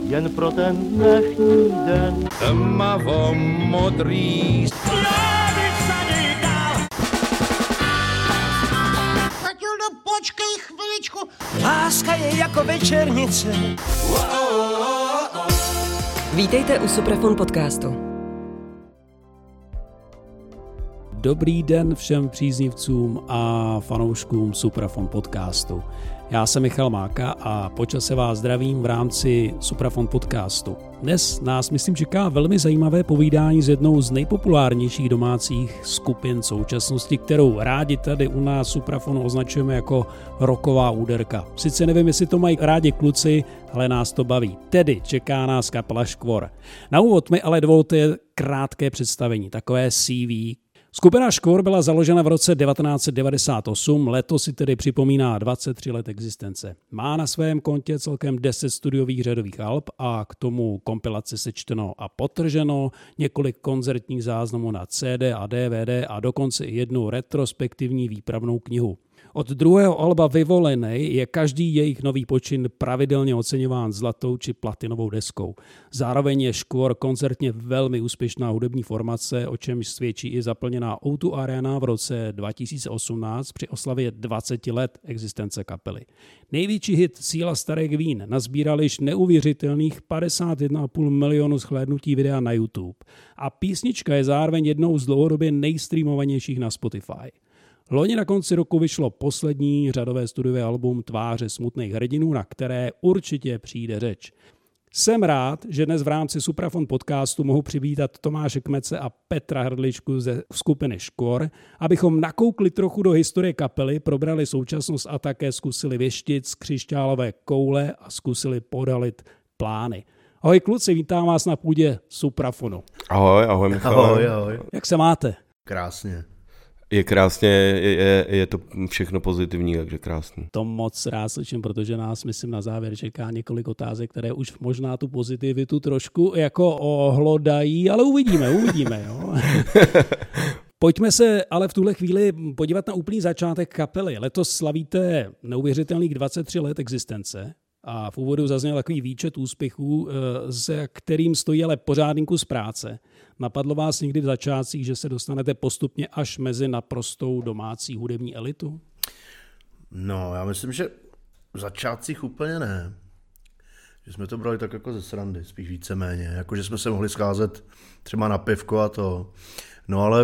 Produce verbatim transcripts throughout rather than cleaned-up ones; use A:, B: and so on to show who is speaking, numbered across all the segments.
A: jen pro ten dnešní den.
B: Tmavo modrý.
C: Matildo, počkej chviličku.
D: Láska je jako večernice.
E: Vítejte u Suprafon podcastu.
F: Dobrý den všem příznivcům a fanouškům Suprafon podcastu. Já jsem Michal Máka a po čase vás zdravím v rámci Suprafon podcastu. Dnes nás, myslím, čeká velmi zajímavé povídání s jednou z nejpopulárnějších domácích skupin současnosti, kterou rádi tady u nás Suprafonu označujeme jako rocková úderka. Sice nevím, jestli to mají rádi kluci, ale nás to baví. Tedy čeká nás kapela Škvor. Na úvod mi ale dovolte krátké představení, takové C V. Skupina Škvor byla založena v roce devatenáct set devadesát osm, letos si tedy připomíná dvacet tři let existence. Má na svém kontě celkem deset studiových řadových alb a k tomu kompilace Sečteno a podtrženo, několik koncertních záznamů na C D a D V D a dokonce i jednu retrospektivní výpravnou knihu. Od druhého alba Vyvolenej je každý jejich nový počin pravidelně oceňován zlatou či platinovou deskou. Zároveň je Škvor koncertně velmi úspěšná hudební formace, o čemž svědčí i zaplněná O dva Arena v roce dva tisíce osmnáct při oslavě dvacet let existence kapely. Největší hit Síla starých vín nazbíral již neuvěřitelných padesát jedna celá pět milionu shlédnutí videa na YouTube. A písnička je zároveň jednou z dlouhodobě nejstreamovanějších na Spotify. Loni na konci roku vyšlo poslední řadové studiové album Tváře smutných hrdinů, na které určitě přijde řeč. Jsem rád, že dnes v rámci Suprafon podcastu mohu přivítat Tomáše Kmece a Petra Hrdličku ze skupiny Škvor, abychom nakoukli trochu do historie kapely, probrali současnost a také zkusili věštit z křišťálové koule a zkusili podalit plány. Ahoj kluci, vítám vás na půdě Suprafonu.
B: Ahoj, ahoj Michal.
G: Ahoj, ahoj.
F: Jak se máte?
G: Krásně.
B: Je krásně, je, je, je to všechno pozitivní, takže krásný.
F: To moc rád slyším, protože nás, myslím, na závěr čeká několik otázek, které už možná tu pozitivitu trošku jako ohlodají, ale uvidíme, uvidíme. Jo. Pojďme se ale v tuhle chvíli podívat na úplný začátek kapely. Letos slavíte neuvěřitelných dvacet tři let existence. A v úvodu zazněl takový výčet úspěchů, se kterým stojí ale pořádný kus práce. Napadlo vás někdy v začátcích, že se dostanete postupně až mezi naprostou domácí hudební elitu?
G: No, já myslím, že v začátcích úplně ne. Že jsme to brali tak jako ze srandy, spíš víceméně. Jako, že jsme se mohli scházet třeba na pivko a to. No ale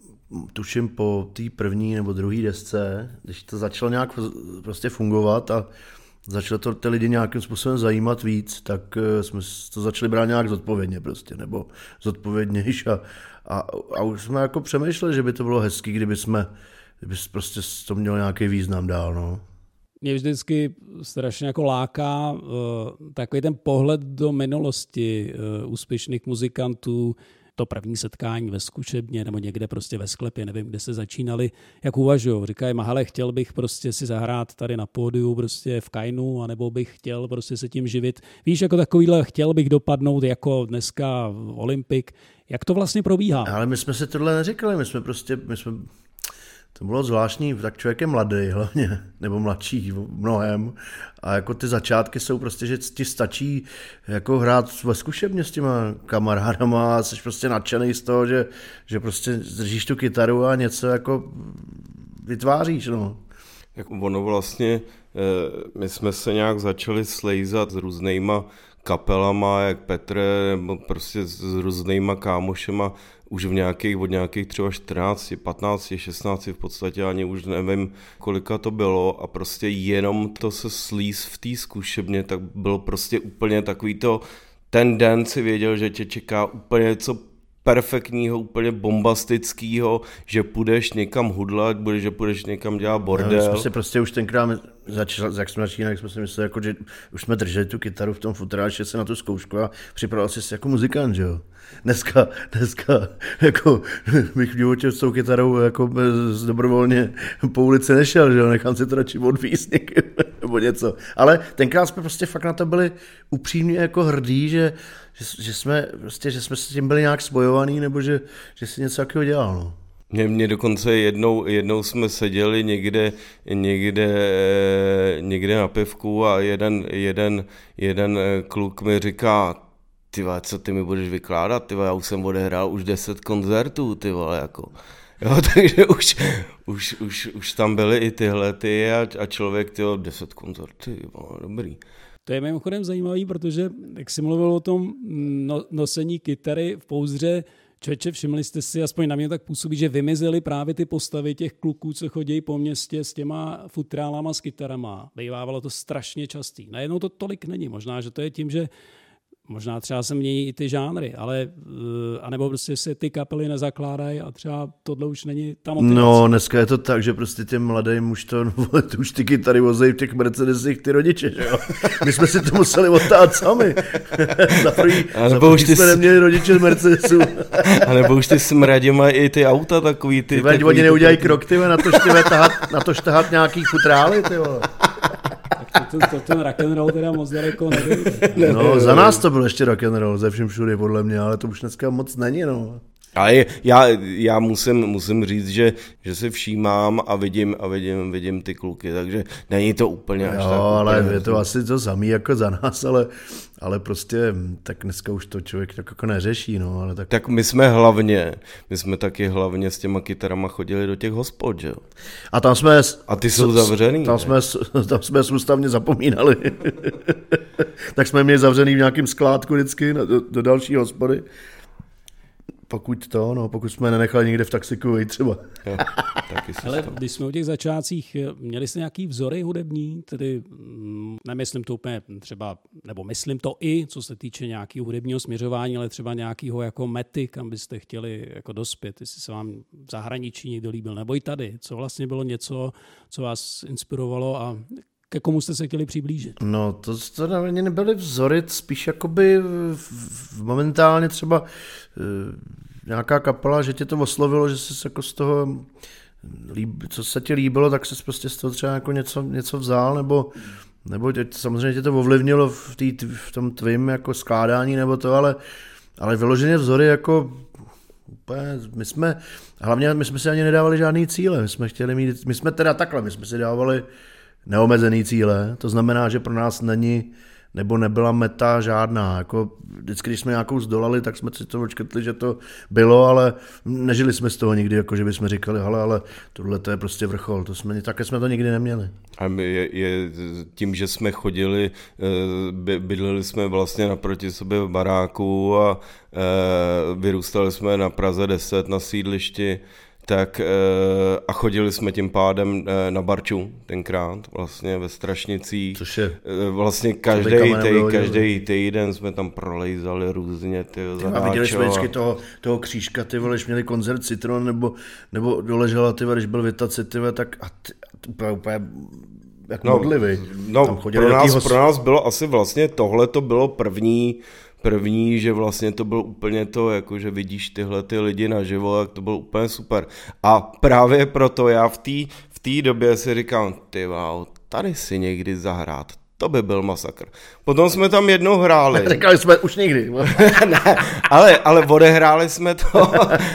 G: tuším po té první nebo druhé desce, když to začalo nějak prostě fungovat a začalo to ty lidi nějakým způsobem zajímat víc, tak jsme to začali brát nějak zodpovědně prostě, nebo zodpovědnější a, a, a už jsme jako přemýšleli, že by to bylo hezký, kdyby jsme, kdyby prostě to mělo nějaký význam dál, no.
F: Mě vždycky strašně jako láká uh, takový ten pohled do minulosti uh, úspěšných muzikantů, to první setkání ve zkušebně nebo někde prostě ve sklepě, nevím, kde se začínali, jak uvažují. Říkají, hele, chtěl bych prostě si zahrát tady na pódiu prostě v Kainu, anebo bych chtěl prostě se tím živit. Víš, jako takovýhle chtěl bych dopadnout jako dneska Olympik. Jak to vlastně probíhá?
G: Ale my jsme si tohle neříkali, my jsme prostě, my jsme... To bylo zvláštní, tak člověk je mladý hlavně, nebo mladší mnohem a jako ty začátky jsou prostě, že ti stačí jako hrát ve zkušebně s těma kamarádama a jsi prostě nadšený z toho, že, že prostě držíš tu kytaru a něco jako vytváříš, no.
B: Jak ono vlastně, my jsme se nějak začali slejzat s různýma kapelama, jak Petr, nebo prostě s různýma kámošema, už v nějakých, od nějakých třeba čtrnáct, patnáct, šestnáct v podstatě, ani už nevím, kolika to bylo a prostě jenom to se slíz v té zkušebně, tak bylo prostě úplně takový to, ten den si věděl, že tě čeká úplně něco perfektního, úplně bombastického, že půjdeš někam hudlat, bude, že půjdeš někam dělat bordel.
G: No, jsme si prostě už tenkrát, začali, jak jsme začínali, jak jsme si mysleli, jako, že už jsme drželi tu kytaru v tom futráči se na tu zkoušku a připravil si jako muzikant, že jo. Dneska, dneska, jako, bych v životě s tou kytarou jako bez, dobrovolně po ulici nešel, že jo, nechám si to radši odvízt někým, nebo něco. Ale tenkrát jsme prostě fakt na to byli upřímně jako hrdí, že, že, že jsme prostě, že jsme s tím byli nějak spojovaný, nebo že, že si něco takového dělal, no.
B: Mě, mě dokonce jednou, jednou jsme seděli někde, někde, někde na pivku a jeden, jeden, jeden kluk mi říká, ty vole, co ty mi budeš vykládat, ty vole, já už jsem odehrál už deset koncertů, ty vole, jako. Jo, takže už, už, už, už tam byly i tyhle ty a, a člověk, tyjo, deset koncertů, vole, dobrý.
F: To je mimochodem zajímavý, protože jak jsi mluvil o tom no, nosení kytary v pouzdře, člověče, všimli jste si, aspoň na mě tak působí, že vymizely právě ty postavy těch kluků, co chodí po městě s těma futrálama, s kytarama. Bývávalo to strašně častý. Najednou to tolik není. Možná, že to je tím, že možná třeba se mění i ty žánry, ale anebo prostě se ty kapely nezakládají a třeba tohle už není tam motivace.
G: No, dneska je to tak, že prostě těm mladým už to, už ty kytary vozejí v těch Mercedesích ty rodiče, že jo? My jsme si to museli odtát sami. za první, za první jsme jsi... neměli rodiče z Mercedesu.
B: A nebo už ty smradě mají i ty auta takový ty...
G: Ty oni neudělají krok, ty na to štahat, na to štahat nějaký futrály, ty vole.
F: To, to, ten rock'n'roll teda moc daleko nedojde.
G: No, za nás to byl ještě rock'n'roll, ze všem všude podle mě, ale to už dneska moc není, no.
B: Ale já, já musím, musím říct, že, že si všímám a vidím a vidím, vidím ty kluky, takže není to úplně až
G: jo,
B: tak.
G: Jo, ale
B: úplně,
G: je to asi to samý jako za nás, ale, ale prostě tak dneska už to člověk tak jako neřeší, no. Ale tak...
B: tak my jsme hlavně, my jsme taky hlavně s těma kytarama chodili do těch hospod, že jo.
G: A tam jsme...
B: A ty jsou zavřený.
G: Tam jsme, tam jsme soustavně zapomínali. Tak jsme měli zavřený v nějakém skládku vždycky do, do další hospody. Pokud to, no, pokud jsme nenechali někde v taxiku vejít třeba.
B: Jo, taky
F: ale když jsme u těch začátcích, měli jste nějaký vzory hudební, tedy nemyslím to úplně třeba, nebo myslím to i, co se týče nějakého hudebního směřování, ale třeba nějakého jako mety, kam byste chtěli jako dospět, jestli se vám v zahraničí někdo líbil, nebo i tady, co vlastně bylo něco, co vás inspirovalo a ke komu jste se chtěli přiblížit?
G: No, to, to na mě nebyly vzory, spíš jakoby momentálně třeba e, nějaká kapela, že tě to oslovilo, že jsi jako z toho, líb, co se ti líbilo, tak jsi prostě z toho třeba jako něco, něco vzal, nebo, nebo tě, samozřejmě tě to ovlivnilo v, tý, v tom tvým jako skládání, nebo to, ale, ale vyloženě vzory jako úplně, my jsme, hlavně my jsme si ani nedávali žádný cíle, my jsme chtěli mít, my jsme teda takhle, my jsme si dávali neomezený cíle, to znamená, že pro nás není, nebo nebyla meta žádná, jako vždycky, když jsme nějakou zdolali, tak jsme si to očkrtli, že to bylo, ale nežili jsme z toho nikdy, jako že bychom říkali, hele, ale tohle to je prostě vrchol, to jsme, také jsme to nikdy neměli.
B: A je, je tím, že jsme chodili, by, bydleli jsme vlastně naproti sobě v baráku a vyrůstali jsme na Praze deset na sídlišti, tak a chodili jsme tím pádem na Barču tenkrát, vlastně ve Strašnicích.
G: Což je...
B: Vlastně každý, tej, každý týden jsme tam prolejzali různě, ty zadáčo.
G: A viděli jsme vždycky toho, toho křížka, ty vole, když měli koncert Citron, nebo, nebo doležela, ty vole, když byl Vitaci, ty vole, tak a ty, a úplně, úplně jak
B: no,
G: modlivý.
B: No, pro nás, hos... pro nás bylo asi vlastně tohle to bylo první, První, že vlastně to bylo úplně to, jako že vidíš tyhle ty lidi naživo, tak to bylo úplně super. A právě proto já v té v té době si říkám, ty wow, tady si někdy zahrát, to by byl masakr. Potom jsme tam jednou hráli.
G: Říkali jsme už nikdy.
B: Ne, ale, ale odehráli jsme to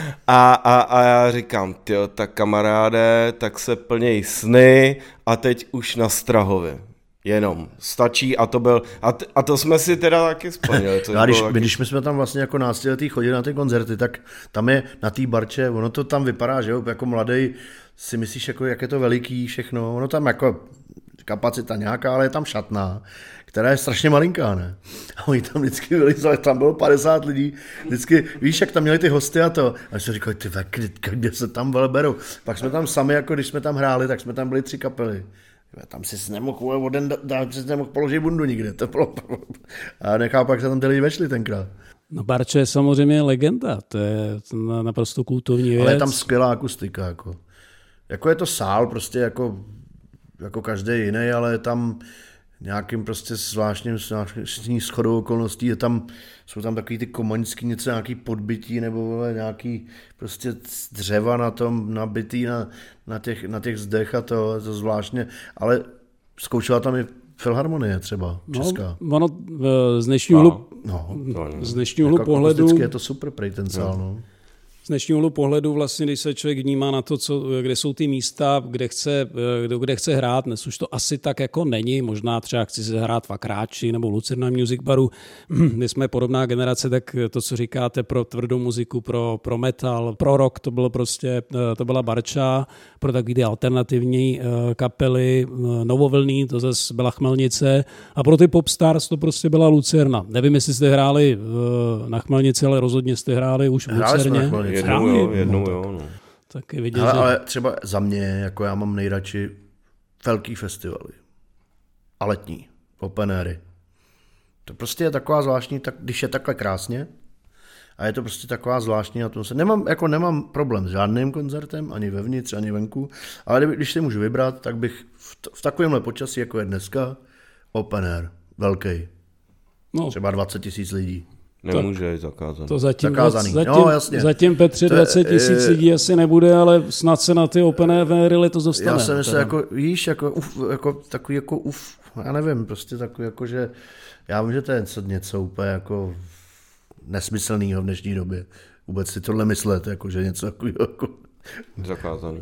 B: a, a, a já říkám, tyjo, tak kamaráde, tak se plněj sny a teď už na Strahově. Jenom stačí a to byl, a, t, a to jsme si teda taky splnili.
G: No, když, taky... když my jsme tam vlastně jako náctiletí chodili na ty koncerty, tak tam je na té Barče, ono to tam vypadá, že jo, jako mladý si myslíš, jako, jak je to veliký všechno, ono tam jako kapacita nějaká, ale je tam šatná, která je strašně malinká, ne? A oni tam vždycky byli, tam bylo padesát lidí, vždycky, víš, jak tam měli ty hosty a to, a jsme říkali, ty kde, kde se tam vele berou. Pak jsme tam sami, jako když jsme tam hráli, tak jsme tam byli tři kapely. Tam si nemohl, jeden, tam si nemohl položit bundu nikde. To bylo... A nechápu, jak se tam ty lidi vešli tenkrát.
F: No Barča je samozřejmě legenda, to je naprosto kultovní věc.
G: Ale je tam skvělá akustika. Jako, jako je to sál, prostě jako, jako každý jiný, ale je tam nějakým prostě zvláštním, zvláštní shodou okolností, je tam, jsou tam takový ty komoňský něco, nějaký podbytí nebo nějaký prostě dřeva na tom nabitý na, na, těch, na těch zdech a to, to zvláštně, ale zkoušela tam i Filharmonie třeba, česká.
F: No, ono z dnešního hlu,
G: no,
F: z dnešního hlu
G: jako
F: pohledu...
G: je to super prej ten sál, no.
F: z dnešního úhlu pohledu vlastně, když se člověk vnímá na to, co, kde jsou ty místa, kde chce, kde chce hrát, dnes už to asi tak jako není, možná třeba chci se hrát v Akráči nebo Lucerna Music Baru, my jsme podobná generace, tak to, co říkáte pro tvrdou muziku, pro, pro metal, pro rock, to bylo prostě, to byla Barča, pro takový alternativní kapely, novovlný, to zase byla Chmelnice a pro ty popstars to prostě byla Lucerna. Nevím, jestli jste hráli na Chmelnici, ale rozhodně jste hráli už v Lucerně.
B: Jednou jo, jednou jo. No.
F: Tak je vidět,
G: ale,
F: že...
G: ale třeba za mě, jako já mám nejradši velký festivaly. A letní, open airy. To prostě je taková zvláštní, tak, když je takhle krásně, a je to prostě taková zvláštní atmosféra. Nemám, jako nemám problém s žádným koncertem, ani vevnitř, ani venku, ale když si můžu vybrat, tak bych v, t- v takovémhle počasí, jako je dneska, open air, velký. No. Třeba dvacet tisíc lidí.
B: Nemůže je zakázaný.
F: To zatím,
G: Zakázaný.
F: zatím,
G: no, jasně.
F: zatím Petře dvacet tisíc lidí asi nebude, ale snad se na ty open air letos dostane.
G: Já jsem myslel, jako, víš, jako, uf, jako takový jako uf, já nevím, prostě takový jako, že já vím, že to je něco, něco úplně jako nesmyslného v dnešní době. Vůbec si tohle myslet, jako, že něco takového jako...
B: Zakázaný.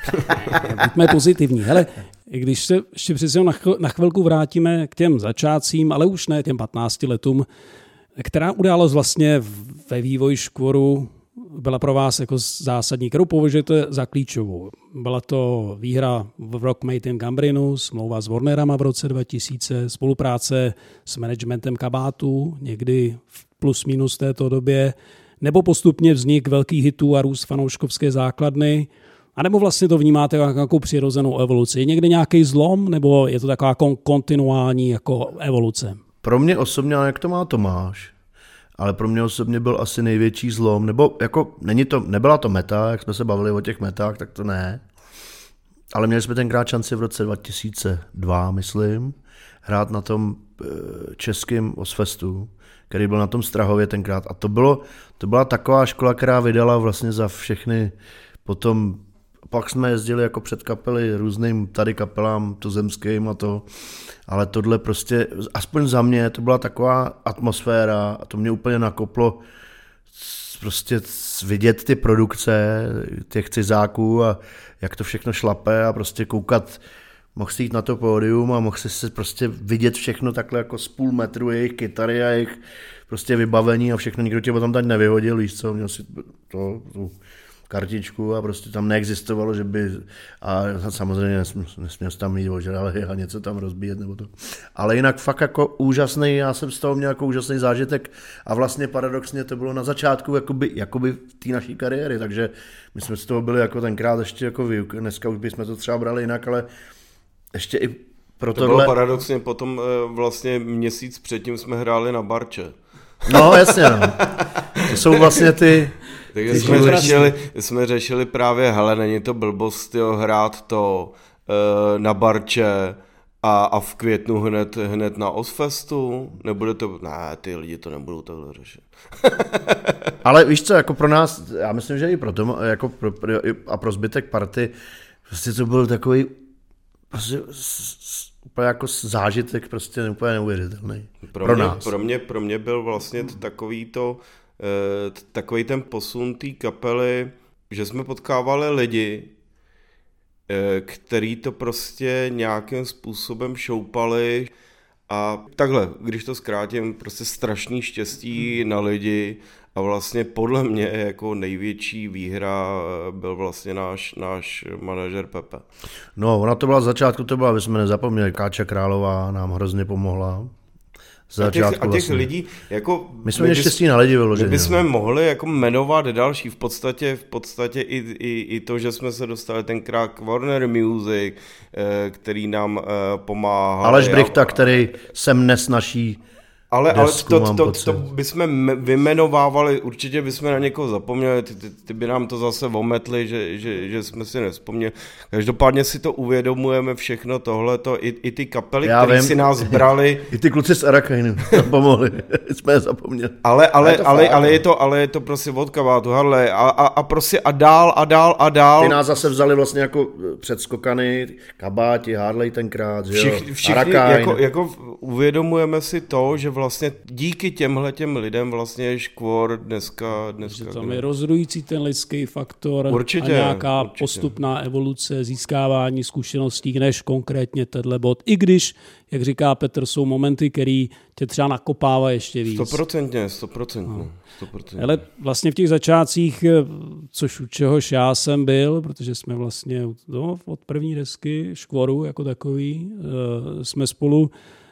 F: Buďme pozitivní. Hele, když se ještě přece na, chv- na chvilku vrátíme k těm začátcím, ale už ne těm patnácti letům, která událost vlastně ve vývoji Škvoru byla pro vás jako zásadní, kterou považujete za klíčovou? Byla to výhra v Rock Made in Gambrinu, smlouva s Warnerama v roce dva tisíce, spolupráce s managementem Kabátu, někdy v plus minus této době, nebo postupně vznik velkých hitů a růst fanouškovské základny, anebo vlastně to vnímáte jako nějakou přirozenou evoluci? Je někde nějaký zlom, nebo je to taková kontinuální jako evoluce?
G: Pro mě osobně, ale jak to má Tomáš, ale pro mě osobně byl asi největší zlom, nebo jako není to, nebyla to meta, jak jsme se bavili o těch metách, tak to ne, ale měli jsme tenkrát šanci v roce dva tisíce dva, myslím, hrát na tom českém Ozfestu, který byl na tom Strahově tenkrát a to bylo, to byla taková škola, která vydala vlastně za všechny potom. Pak jsme jezdili jako před kapely různým tady kapelám tuzemským a to, ale tohle prostě, aspoň za mě, to byla taková atmosféra a to mě úplně nakoplo prostě vidět ty produkce těch cizáků a jak to všechno šlape a prostě koukat, mohl si jít na to pódium a mohl si se prostě vidět všechno takhle jako z půl metru jejich kytary a jejich prostě vybavení a všechno, nikdo tě tam tady nevyhodil, víš co, měl si to, tu kartičku a prostě tam neexistovalo, že by, a samozřejmě nesměl, nesměl tam mít ožralý a něco tam rozbíjet nebo to. Ale jinak fakt jako úžasný, já jsem z toho měl jako úžasný zážitek a vlastně paradoxně to bylo na začátku jakoby, jakoby té naší kariéry, takže my jsme z toho byli jako tenkrát ještě jako výuk, dneska už bychom to třeba brali jinak, ale ještě i pro
B: to
G: tohle...
B: bylo paradoxně potom vlastně měsíc předtím jsme hráli na Barče.
G: No jasně, no. To jsou vlastně ty...
B: Takže jsme řešili, jsme řešili právě, hele, není to blbost, jo, hrát to e, na Barče a, a v květnu hned, hned na Ozfestu, nebude to, ne, ty lidi to nebudou takhle řešit.
G: Ale víš co, jako pro nás, já myslím, že i pro to, jako pro, pro, a pro zbytek party, prostě to byl takový prostě, úplně jako zážitek, prostě úplně neuvěřitelný.
B: Pro,
G: pro
B: mě,
G: nás.
B: Pro mě, pro mě byl vlastně takový to, takový ten posun té kapely, že jsme potkávali lidi, který to prostě nějakým způsobem šoupali a takhle, když to zkrátím, prostě strašný štěstí na lidi a vlastně podle mě jako největší výhra byl vlastně náš, náš manažer Pepe.
G: No, ona to byla z začátku, to byla, aby jsme nezapomněli, Káča Králová nám hrozně pomohla.
B: A těch, a těch vlastně. lidí, jako...
G: My jsme měli štěstí na lidi vyloženě.
B: My bychom mohli jako jmenovat další, v podstatě, v podstatě i, i, i to, že jsme se dostali tenkrát k Warner Music, který nám pomáhal.
G: Aleš Brichta, který sem nesnaší
B: Ale, ale to, to, to bychom vymenovávali, určitě bychom na někoho zapomněli, ty, ty, ty by nám to zase ometli, že, že, že jsme si nevzpomněli. Každopádně si to uvědomujeme všechno tohleto, i, i ty kapely, které si nás brali.
G: I ty kluci z Arakainu pomohli, jsme je zapomněli.
B: Ale, ale, ale, ale, ale, je to, ale je to prostě od Kabátu, Harley a, a, a prostě a dál a dál a dál.
G: Ty nás zase vzali vlastně jako předskokany, Kabáti, Harley tenkrát, že jo,
B: Všichni, všichni jako, jako uvědomujeme si to, že vlastně vlastně díky těmhle těm lidem vlastně je Škvor dneska... dneska
F: že tam je rozhodující ten lidský faktor
B: určitě,
F: a nějaká
B: určitě. postupná
F: evoluce, získávání zkušeností, než konkrétně tenhle bod. I když, jak říká Petr, jsou momenty, který tě třeba nakopává ještě víc.
B: Stoprocentně, stoprocentně.
F: Ale vlastně v těch začátcích, což u čehož já jsem byl, protože jsme vlastně no, od první desky Škvoru jako takový, jsme spolu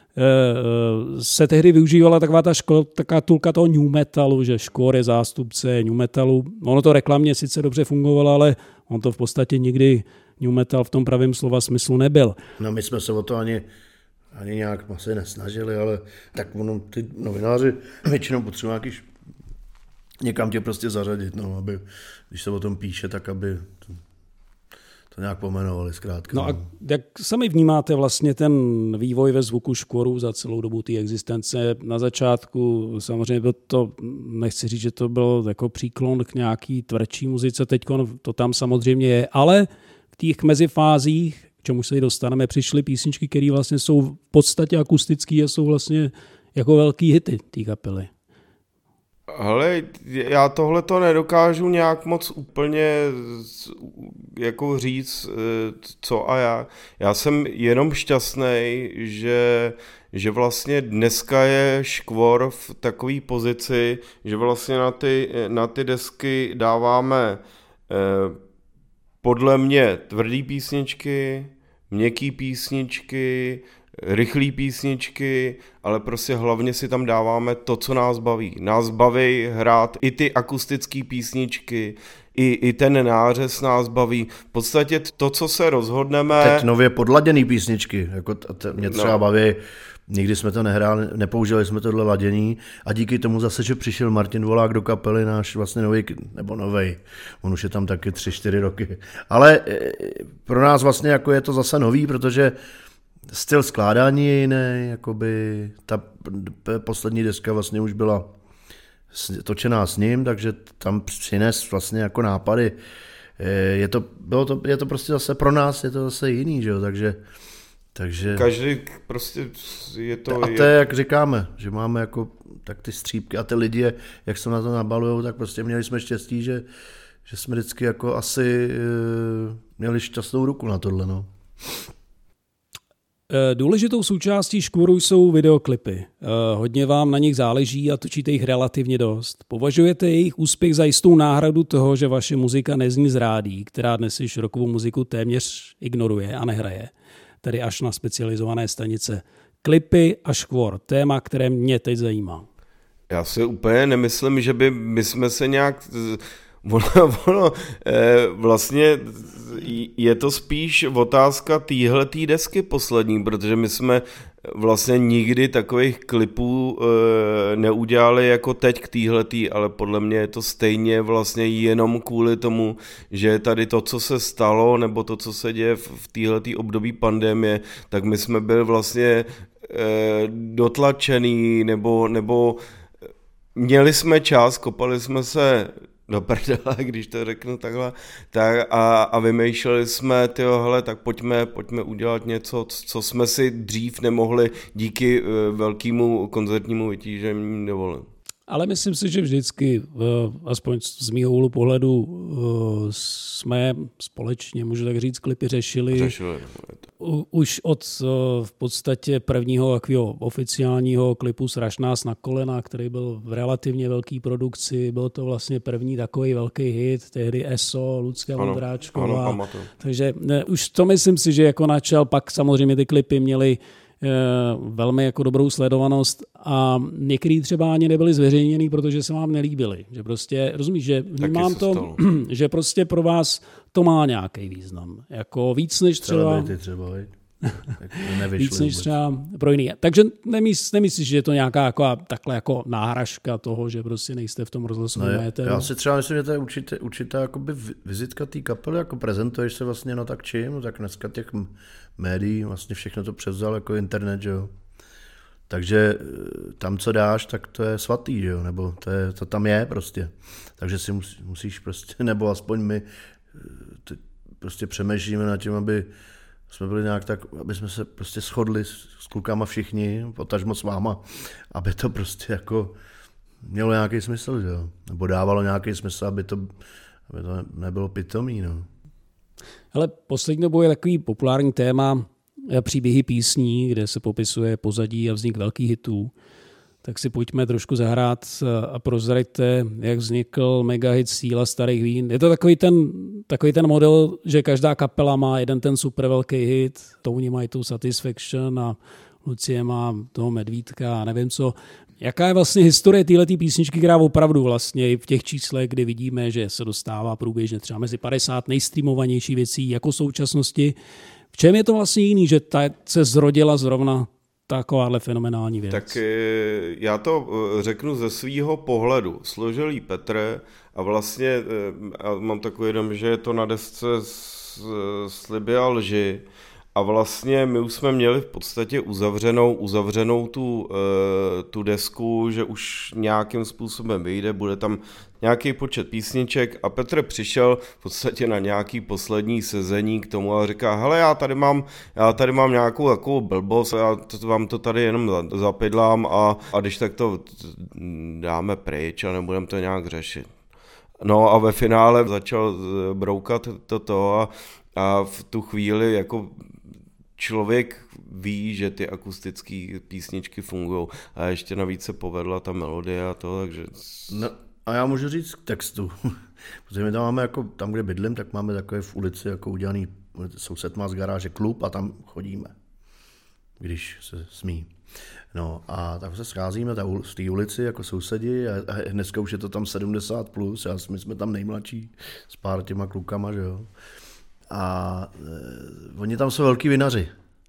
F: se tehdy využívala taková ta škola, taková tulka toho new metalu, že Škvor je zástupce new metalu. Ono to reklamně sice dobře fungovalo, ale on to v podstatě nikdy new metal v tom pravém slova smyslu nebyl.
G: No my jsme se o to ani, ani nějak asi nesnažili, ale tak ono, ty novináři většinou potřebují nějaký někam tě prostě zařadit, no, aby, když se o tom píše, tak aby to, to nějak pomenovali zkrátka.
F: No a jak sami vnímáte vlastně ten vývoj ve zvuku Škvoru za celou dobu té existence? Na začátku samozřejmě byl to, nechci říct, že to byl jako příklon k nějaký tvrdší muzice, teď to tam samozřejmě je, ale v těch mezifázích, k čemu se dostaneme, přišly písničky, které vlastně jsou v podstatě akustické a jsou vlastně jako velký hity té kapely.
B: Hele, já tohle to nedokážu nějak moc úplně jako říct, co a já. Já jsem jenom šťastný, že, že vlastně dneska je Škvor v takové pozici, že vlastně na ty, na ty desky dáváme eh, podle mě tvrdý písničky, měkký písničky, rychlý písničky, ale prostě hlavně si tam dáváme to, co nás baví. Nás baví hrát i ty akustické písničky, i, i ten nářez nás baví. V podstatě to, co se rozhodneme...
G: Teď nově podladěný písničky, jako t- t- mě třeba no. baví, nikdy jsme to nehráli, nepoužili jsme tohle ladění a díky tomu zase, že přišel Martin Volák do kapely, náš vlastně nový, nebo novej, on už je tam taky tři, čtyři roky, ale pro nás vlastně jako je to zase nový, protože styl skládání je jiný, jakoby ta poslední deska vlastně už byla točená s ním, takže tam přines vlastně jako nápady. Je to, bylo to, je to prostě zase pro nás, je to zase jiný, že jo, takže, takže...
B: Každý prostě je to...
G: A to je, jak říkáme, že máme jako tak ty střípky a ty lidi, jak se na to nabalujou, tak prostě měli jsme štěstí, že, že jsme vždycky jako asi měli šťastnou ruku na tohle, no.
F: Důležitou součástí Škvoru jsou videoklipy. Hodně vám na nich záleží a točíte jich relativně dost. Považujete jejich úspěch za jistou náhradu toho, že vaše muzika nezní z rádií, která dnes již rockovou muziku téměř ignoruje a nehraje, tedy až na specializované stanice. Klipy a Škvor, téma, které mě teď zajímá.
B: Já si úplně nemyslím, že by my jsme se nějak... Ono, ono, vlastně je to spíš otázka téhletý desky poslední, protože my jsme vlastně nikdy takových klipů neudělali jako teď k téhletý, ale podle mě je to stejně vlastně jenom kvůli tomu, že tady to, co se stalo, nebo to, co se děje v téhletý období pandemie, tak my jsme byli vlastně dotlačený, nebo, nebo měli jsme čas, kopali jsme se do prdele, když to řeknu takhle, tak a, a vymýšleli jsme, tyjo, hele, tak pojďme, pojďme udělat něco, co jsme si dřív nemohli díky velkému koncertnímu vytížení dovolit.
F: Ale myslím si, že vždycky, aspoň z mýho úhlu pohledu, jsme společně, můžu tak říct, klipy řešili.
B: Řešili.
F: Už od v podstatě prvního takového oficiálního klipu Sraž nás na kolena, který byl v relativně velké produkci. Byl to vlastně první takový velký hit, tehdy E S O, Lucka Vondráčková. Takže ne, už to myslím si, že jako načal, pak samozřejmě ty klipy měly velmi jako dobrou sledovanost a některý třeba ani nebyly zveřejněný, protože se vám nelíbily. Že prostě, rozumíš, že vnímám to, že prostě pro vás to má nějaký význam. Jako víc než třeba...
G: třeba
F: víc než třeba pro jiný. Takže nemysl, nemyslíš, že je to nějaká jako, takhle jako náhražka toho, že prostě nejste v tom rozhlasovém
G: no,
F: éteru?
G: Já si třeba myslím, že to je určitě, určitá jakoby vizitka té kapely, jako prezentuješ se vlastně no tak čím, no tak dneska těch médií vlastně všechno to převzal jako internet, že jo. Takže tam, co dáš, tak to je svatý, že jo, nebo to, je, to tam je prostě. Takže si musí, musíš prostě, nebo aspoň my prostě přemýšlíme nad tím, aby jsme byli nějak tak, aby jsme se prostě shodli s, s klukama všichni, potažmo s váma, aby to prostě jako mělo nějaký smysl, že jo? Nebo dávalo nějaký smysl, aby to, aby to nebylo pitomý, no.
F: Ale poslední dobou je takový populární téma příběhy písní, kde se popisuje pozadí a vznik velkých hitů. Tak si pojďme trošku zahrát a prozraďte, jak vznikl megahit Síla starých vín. Je to takový ten, takový ten model, že každá kapela má jeden ten super velký hit, Tony mají tu Satisfaction a Lucie má toho Medvídka a nevím co. Jaká je vlastně historie téhletý písničky, která opravdu vlastně v těch číslech, kdy vidíme, že se dostává průběžně třeba mezi padesát nejstreamovanější věcí jako současnosti. V čem je to vlastně jiný, že ta se zrodila zrovna takováhle fenomenální věc?
B: Tak já to řeknu ze svýho pohledu. Složilý Petr a vlastně a mám takový dom, že je to na desce Sliby a lži. A vlastně my už jsme měli v podstatě uzavřenou, uzavřenou tu, tu desku, že už nějakým způsobem vyjde, bude tam nějaký počet písniček a Petr přišel v podstatě na nějaký poslední sezení k tomu a říká, hele, já tady mám, já tady mám nějakou takovou blbost, já to, vám to tady jenom zapidlám a, a když tak to dáme pryč a nebudeme to nějak řešit. No a ve finále začal broukat toto a, a v tu chvíli jako člověk ví, že ty akustické písničky fungují a ještě navíc se povedla ta melodie a to, takže...
G: No, a já můžu říct k textu, protože my tam máme jako, tam kde bydlím, tak máme takové v ulici jako udělaný, soused má z garáže klub a tam chodíme, když se smí. No a tak se scházíme v té ulici jako sousedi a, a dneska už je to tam sedmdesát plus, a my jsme tam nejmladší s pár těma klukama, že jo. A e, oni tam jsou velký vinaři.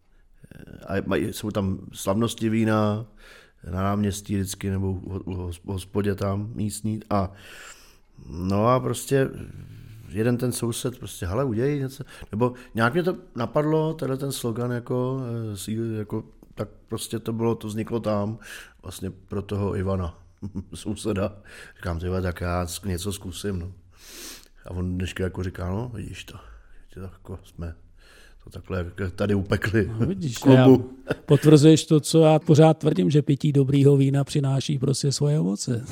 G: A mají, jsou tam slavnosti vína na náměstí vždycky, nebo v hospodě tam místní. A no a prostě jeden ten soused prostě, hele, udělej něco. Nebo nějak mě to napadlo, tenhle ten slogan jako, jako tak prostě to bylo, to vzniklo tam, vlastně pro toho Ivana, souseda. Říkám, tyhle, tak já něco zkusím, no. A on dneška jako říká, no, vidíš to. Tak jako jsme to takhle tady upekli
F: no, vidíš,
G: v klubu.
F: Potvrzuješ to, co já pořád tvrdím, že pití dobrýho vína přináší prostě svoje ovoce.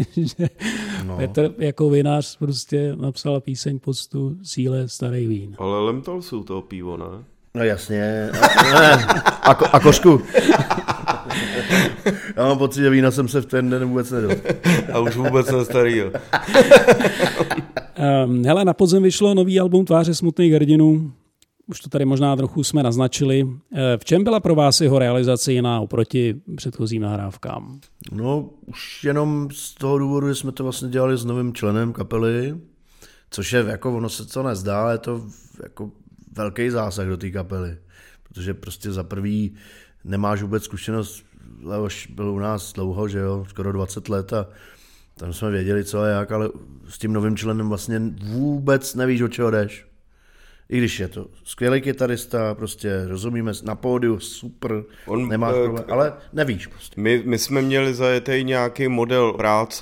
F: no. Petr jako vinář prostě napsal píseň poctu Síle starých vín.
B: Ale lemtal jsou toho pivo, ne?
G: No jasně. A, ko, a košku. Já mám pocit, že vína jsem se v ten den vůbec nedal.
B: A už vůbec ne starý, jo.
F: Um, hele, na podzim vyšlo nový album Tváře smutných hrdinů. Už to tady možná trochu jsme naznačili. V čem byla pro vás jeho realizace jiná oproti předchozím nahrávkám?
G: No, už jenom z toho důvodu, že jsme to vlastně dělali s novým členem kapely, což je, jako ono se to nezdá, ale je to jako velký zásah do té kapely. Protože prostě za prvý nemáš vůbec zkušenost, Leoš byl u nás dlouho, že jo, skoro dvacet let a tam jsme věděli, co a jak, ale s tím novým členem vlastně vůbec nevíš, o čeho jdeš. I když je to skvělý kytarista, prostě rozumíme, na pódiu super, On, nemáš uh, problém, ale nevíš prostě.
B: My, my jsme měli zajetej nějaký model práce,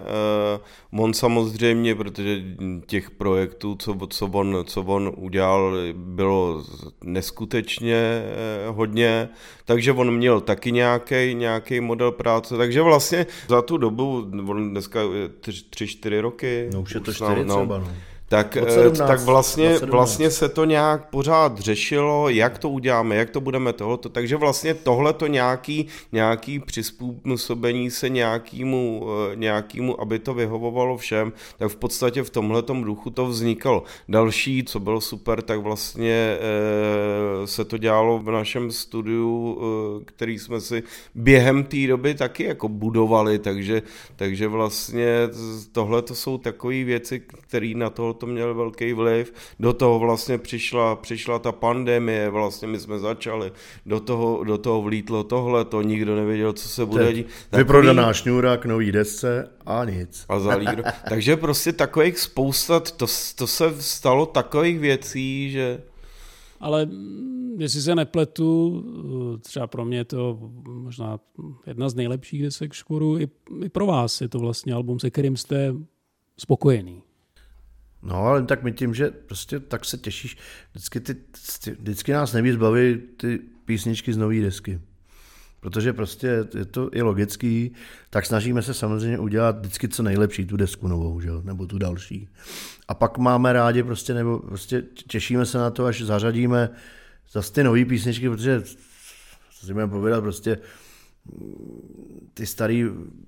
B: uh, on samozřejmě, protože těch projektů, co, co, on, co on udělal, bylo neskutečně uh, hodně, takže on měl taky nějaký nějaký model práce, takže vlastně za tu dobu, on dneska tři, čtyři roky.
G: No už je to čtyři no, třeba, no.
B: Tak, sedmnáct, tak vlastně, vlastně se to nějak pořád řešilo, jak to uděláme, jak to budeme tohleto, takže vlastně tohleto nějaký, nějaký přizpůsobení se nějakému, nějakému, aby to vyhovovalo všem, tak v podstatě v tomhletom duchu to vznikalo. Další, co bylo super, tak vlastně e, se to dělalo v našem studiu, e, který jsme si během té doby taky jako budovali, takže, takže vlastně tohleto jsou takové věci, které na to to měl velký vliv, do toho vlastně přišla, přišla ta pandemie, vlastně my jsme začali, do toho, do toho vlítlo tohle, to nikdo nevěděl, co se bude dít.
G: Vyprodaná šňůra k nový desce a nic.
B: A zalíkno. Takže prostě takových spousta, to, to se stalo takových věcí, že...
F: Ale jestli se nepletu, třeba pro mě je to možná jedna z nejlepších desek Škvoru, i, i pro vás je to vlastně album, se kterým jste spokojený.
G: No, ale tak my tím, že prostě tak se těšíš, vždycky, ty, vždycky nás nejvíc baví ty písničky z nový desky. Protože prostě je to i logický, tak snažíme se samozřejmě udělat vždycky co nejlepší, tu desku novou, že? Nebo tu další. A pak máme rádi prostě, nebo prostě těšíme se na to, až zařadíme zase ty nový písničky, protože co si budeme povědat, prostě ty starý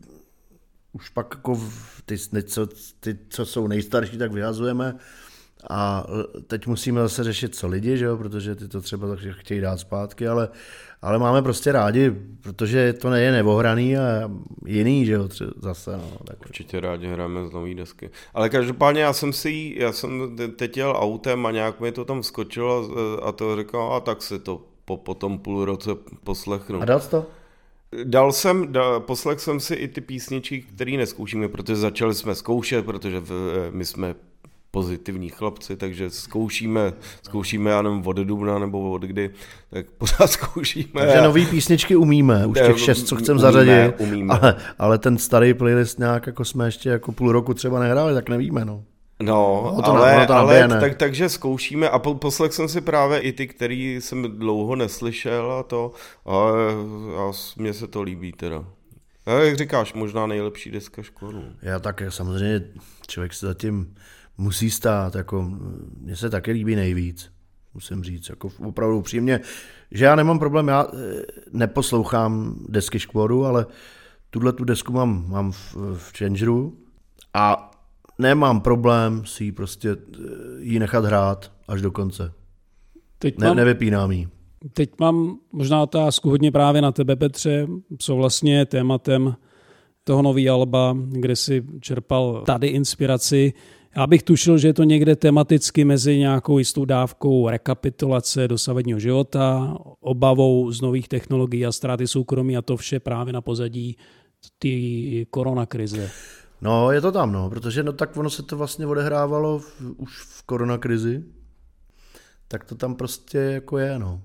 G: už pak jako ty, co, ty, co jsou nejstarší, tak vyhazujeme a teď musíme zase řešit, co lidi, že jo? Protože ty to třeba tak chtějí dát zpátky, ale, ale máme prostě rádi, protože to neje neohraný a jiný, že jo, zase. No, tak.
B: Určitě rádi hrajeme z nový desky. Ale každopádně já jsem si, já jsem teď jel autem a nějak mi to tam skočilo a to říkal, a tak si to po, po tom půl roce poslechnu.
G: A dal jsi to?
B: Dal jsem, dal, poslech jsem si i ty písničky, které neskoušíme, protože začali jsme zkoušet, protože v, my jsme pozitivní chlapci, takže zkoušíme, zkoušíme, já nevím, od dubna nebo od kdy, tak pořád zkoušíme.
G: Takže nový písničky umíme, už těch šest, co chcem zařadit,
B: umíme.
G: Ale, ale ten starý playlist nějak, jako jsme ještě jako půl roku třeba nehráli, tak nevíme, no.
B: No,
G: no to
B: ale,
G: ne, to
B: ale tak, takže zkoušíme a po, poslech jsem si právě i ty, který jsem dlouho neslyšel a to, a, a mně se to líbí teda. A jak říkáš, možná nejlepší deska školu.
G: Já tak samozřejmě člověk se zatím musí stát, jako mně se taky líbí nejvíc, musím říct, jako opravdu upřímně, že já nemám problém, já neposlouchám desky Škvoru, ale tuhle tu desku mám, mám v, v Changeru a nemám problém si ji prostě jí nechat hrát až do konce.
F: Teď
G: ne,
F: mám,
G: nevypínám jí.
F: Teď mám možná otázku hodně právě na tebe, Petře, co vlastně tématem toho nového alba, kde si čerpal tady inspiraci. Já bych tušil, že je to někde tematicky mezi nějakou jistou dávkou rekapitulace dosavadního života, obavou z nových technologií a ztráty soukromí a to vše právě na pozadí té koronakrize.
G: No, je to tam, no, protože no, tak ono se to vlastně odehrávalo v, už v koronakrizi, tak to tam prostě jako je, no.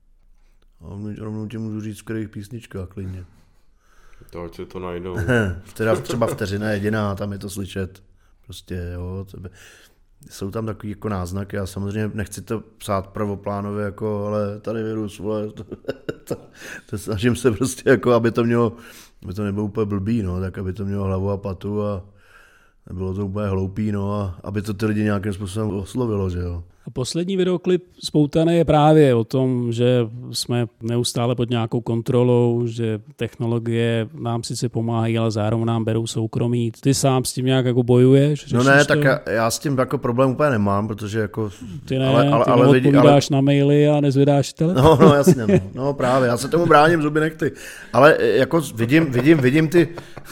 G: A rovnou tě můžu říct, v kterých písničkách klidně.
B: To, ať si to najdou.
G: Teda třeba Vteřina jediná, tam je to slyšet. Prostě, jo, tebe. Jsou tam takový jako náznaky, já samozřejmě nechci to psát pravoplánově, jako, ale tady virus, vole, to, to, to snažím se prostě, jako, aby to mělo, aby to nebylo úplně blbý, no, tak aby to mělo hlavu a patu a nebylo to úplně hloupý, no, a aby to ty lidi nějakým způsobem oslovilo, že jo.
F: A poslední videoklip Spoutané je právě o tom, že jsme neustále pod nějakou kontrolou, že technologie nám sice pomáhají, ale zároveň nám berou soukromí. Ty sám s tím nějak jako bojuješ?
G: No ne,
F: to?
G: tak já, já s tím jako problém úplně nemám, protože jako...
F: Ty ne,
G: ale, ale,
F: ty
G: ale
F: neodpovídáš
G: ale...
F: na maily a nezvedáš telefon.
G: No, no jasně, no. no právě, já se tomu bráním zuby nechty. Ale jako vidím, vidím, vidím ty...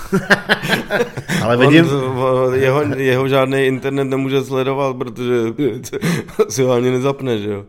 G: ale vidím...
B: On, jeho, jeho žádný internet nemůže sledovat, protože si ho ani nezapne, že jo?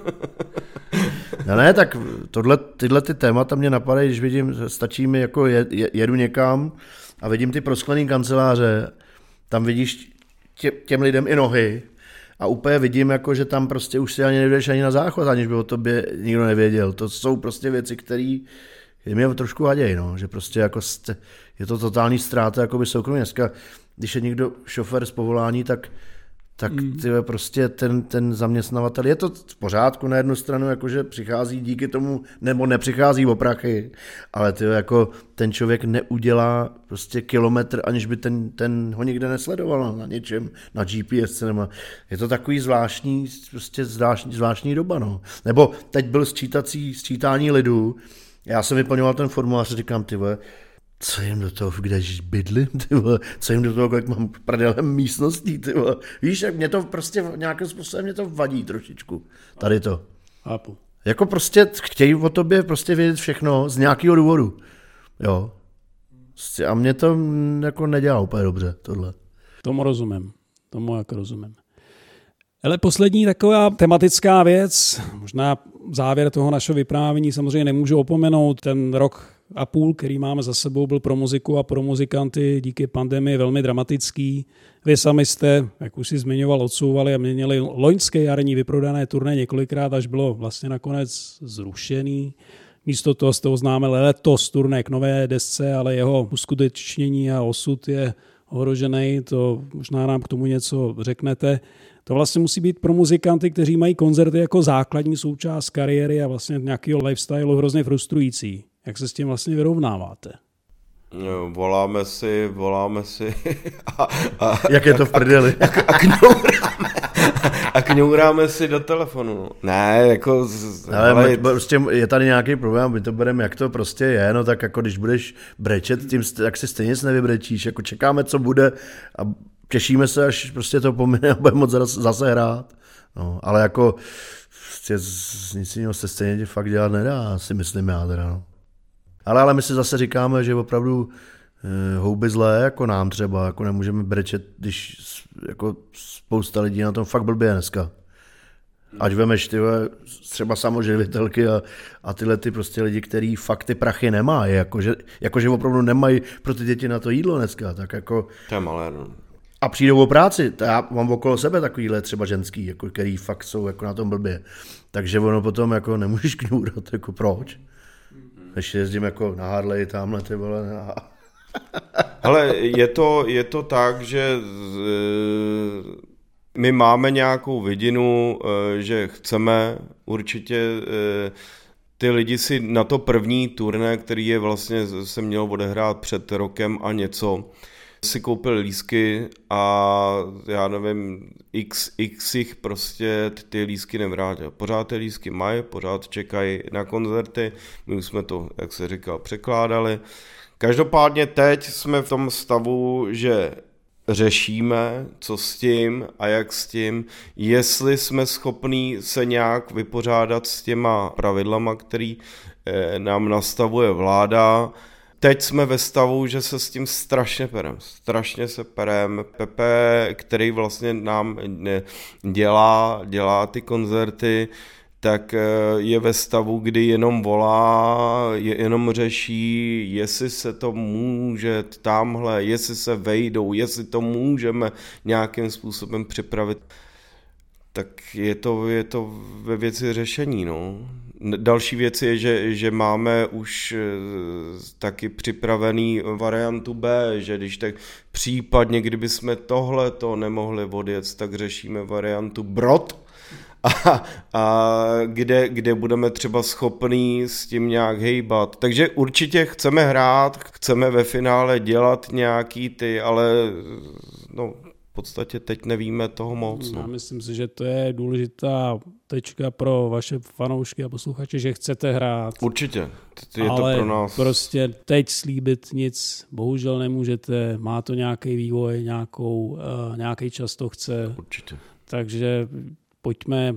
G: No ne, tak tohle, tyhle ty témata mě napadají, když vidím, stačí mi jako je, je, jedu někam a vidím ty prosklený kanceláře, tam vidíš tě, těm lidem i nohy a úplně vidím, jako, že tam prostě už si ani nejdeš ani na záchod, aniž by o tobě nikdo nevěděl. To jsou prostě věci, které mě trošku hadějí, no, že prostě jako st- je to totální ztráta jakoby soukromí. Dneska, když je někdo šofér z povolání, tak tak
F: mm.
G: tyhle, prostě ten, ten zaměstnavatel, je to v pořádku na jednu stranu, jakože přichází díky tomu, nebo nepřichází o prachy, ale tyhle, jako ten člověk neudělá prostě kilometr, aniž by ten, ten ho nikde nesledoval na něčem, na G P S, nebo je to takový zvláštní, prostě zvláštní, zvláštní doba, no. Nebo teď byl sčítací, sčítání lidu, já jsem vyplňoval ten formulář a říkám, tyhle, co jim do toho, kde bydlím, ty vole, co jim do toho, kolik mám prdelem místností, ty vole. Víš, jak mě to prostě nějakým způsobem mě to vadí trošičku, tady to.
F: Chápu.
G: Jako prostě chtějí o tobě prostě vědět všechno z nějakého důvodu, jo. A mě to jako nedělá úplně dobře, tohle.
F: Tomu rozumím, tomu jak rozumím. Ale poslední taková tematická věc, možná závěr toho našeho vyprávění samozřejmě nemůžu opomenout, ten rok a půl, který máme za sebou, byl pro muziku a pro muzikanty díky pandemii velmi dramatický. Vy sami jste, jak už si zmiňoval, odsouvali a měnili loňské jarní vyprodané turné několikrát, až bylo vlastně nakonec zrušený. Místo toho jste oznámili letos turné k nové desce, ale jeho uskutečnění a osud je ohrožený, to možná nám k tomu něco řeknete. To vlastně musí být pro muzikanty, kteří mají koncerty jako základní součást kariéry a vlastně nějakého lifestylu hrozně frustrující. Jak se s tím vlastně vyrovnáváte?
B: Voláme si, voláme si a, a,
G: jak je to v prdeli.
B: A, a, kňouráme, a kňouráme si do telefonu. Ne, jako... Z,
G: ale ale prostě je tady nějaký problém, my to bereme, jak to prostě je, no tak jako když budeš brečet, tím, jak si stejně nevybrečíš, jako čekáme, co bude a těšíme se, až prostě to pomine a budeme moc zase hrát. No, ale jako prostě nic jiného se stejně fakt dělat nedá, si myslím já teda, no. Ale, ale my si zase říkáme, že opravdu e, houby zlé, jako nám třeba, jako nemůžeme brečet, když jako spousta lidí na tom fakt blbě dneska. Ať vemeš ty třeba samoživitelky a, a tyhle ty prostě lidi, kteří fakt ty prachy nemají, jakože, jakože opravdu nemají pro ty děti na to jídlo dneska, tak jako...
B: To je malé, no.
G: A přijdou o práci, já mám okolo sebe takovýhle třeba ženský, jako, který fakt jsou jako na tom blbě. Takže ono potom jako nemůžeš kňůrat, jako proč? Než jezdím jako na Harley tamhle, ty vole. A...
B: Ale je to, je to tak, že my máme nějakou vidinu, že chceme určitě ty lidi si na to první turné, který je vlastně se měl odehrát před rokem a něco, si koupili lístky a já nevím, x, x jich prostě ty lístky nevrátil. Pořád ty lístky mají, pořád čekají na koncerty, my už jsme to, jak se říkal, překládali. Každopádně teď jsme v tom stavu, že řešíme, co s tím a jak s tím, jestli jsme schopní se nějak vypořádat s těma pravidlama, který nám nastavuje vláda. Teď jsme ve stavu, že se s tím strašně perem, strašně se perem. Pepe, který vlastně nám dělá, dělá ty koncerty, tak je ve stavu, kdy jenom volá, jenom řeší, jestli se to může tamhle, jestli se vejdou, jestli to můžeme nějakým způsobem připravit. Tak je to, je to ve věci řešení, no. Další věc je, že, že máme už taky připravený variantu B, že když tak případně, kdyby jsme tohleto nemohli odjet, tak řešíme variantu Brod, a, a kde, kde budeme třeba schopní s tím nějak hejbat. Takže určitě chceme hrát, chceme ve finále dělat nějaký ty, ale no, v podstatě teď nevíme toho moc. No.
F: Já myslím si, že to je důležitá tečka pro vaše fanoušky a posluchače, že chcete hrát.
B: Určitě, je
F: ale
B: to pro nás.
F: Prostě teď slíbit nic, bohužel nemůžete, má to nějaký vývoj, nějakou, uh, nějaký čas to chce.
B: Určitě.
F: Takže pojďme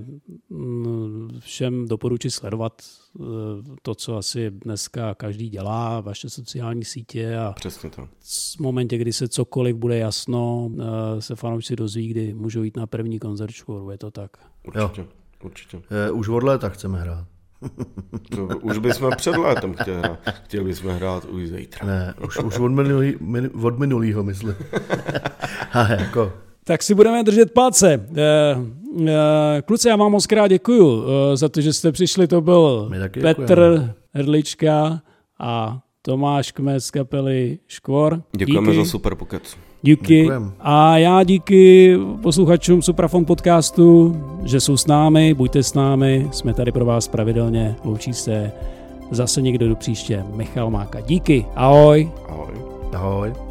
F: všem doporučit sledovat to, co asi dneska každý dělá, vaše sociální sítě a
B: přesně to.
F: V momentě, kdy se cokoliv bude jasno, se fanoušci dozví, kdy můžou jít na první koncert Škvoru, je to tak?
B: Určitě, jo. určitě.
G: Je, už od léta chceme hrát.
B: To, už bychom před létem chtěli hrát. Chtěli bychom hrát už zítra.
G: Ne, už, už od, minulý, min, od minulýho, myslím. A jako...
F: Tak si budeme držet palce. Kluci, já vám moc krát děkuju za to, že jste přišli. To byl Petr Hrdlička a Tomáš Kmec z kapely Škvor.
B: Děkujeme díky za super pokec.
F: Díky. Děkujem. A já díky posluchačům Suprafon podcastu, že jsou s námi, buďte s námi, jsme tady pro vás pravidelně, loučí se zase někdo do příště. Michal Máka. Díky. Ahoj.
B: Ahoj.
G: Ahoj.